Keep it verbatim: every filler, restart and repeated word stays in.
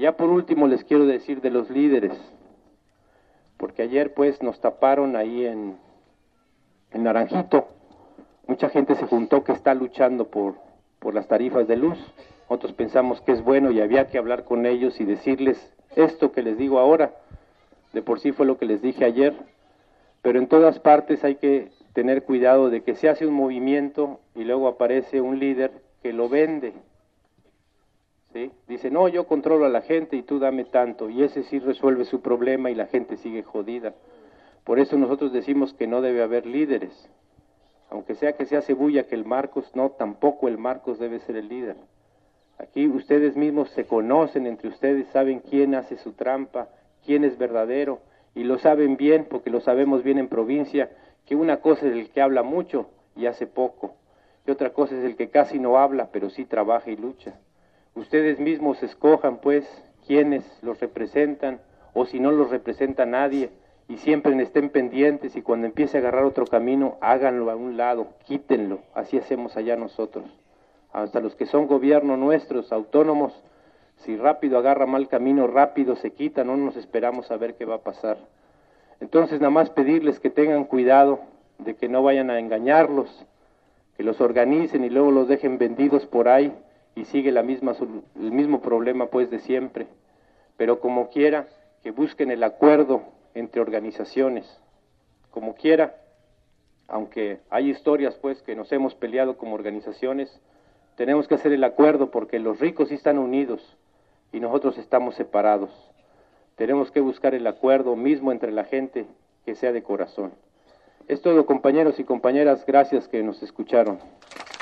ya por último les quiero decir de los líderes, porque ayer pues nos taparon ahí en, en Naranjito, mucha gente se juntó que está luchando por, por las tarifas de luz, otros pensamos que es bueno y había que hablar con ellos y decirles esto que les digo ahora, de por sí fue lo que les dije ayer, pero en todas partes hay que tener cuidado de que se hace un movimiento y luego aparece un líder que lo vende, ¿sí? Dice, no, yo controlo a la gente y tú dame tanto, y ese sí resuelve su problema y la gente sigue jodida. Por eso nosotros decimos que no debe haber líderes, aunque sea que se hace bulla que el Marcos, no, tampoco el Marcos debe ser el líder. Aquí ustedes mismos se conocen entre ustedes, saben quién hace su trampa, quién es verdadero, y lo saben bien, porque lo sabemos bien en provincia, que una cosa es el que habla mucho y hace poco, y otra cosa es el que casi no habla, pero sí trabaja y lucha. Ustedes mismos escojan, pues, quiénes los representan, o si no los representa nadie, y siempre estén pendientes, y cuando empiece a agarrar otro camino, háganlo a un lado, quítenlo, así hacemos allá nosotros. Hasta los que son gobierno nuestros, autónomos, si rápido agarra mal camino, rápido se quita, no nos esperamos a ver qué va a pasar. Entonces nada más pedirles que tengan cuidado de que no vayan a engañarlos, que los organicen y luego los dejen vendidos por ahí y sigue la misma, el mismo problema pues de siempre. Pero como quiera, que busquen el acuerdo entre organizaciones, como quiera, aunque hay historias pues que nos hemos peleado como organizaciones, tenemos que hacer el acuerdo porque los ricos sí están unidos y nosotros estamos separados. Tenemos que buscar el acuerdo mismo entre la gente que sea de corazón. Es todo, compañeros y compañeras, gracias que nos escucharon.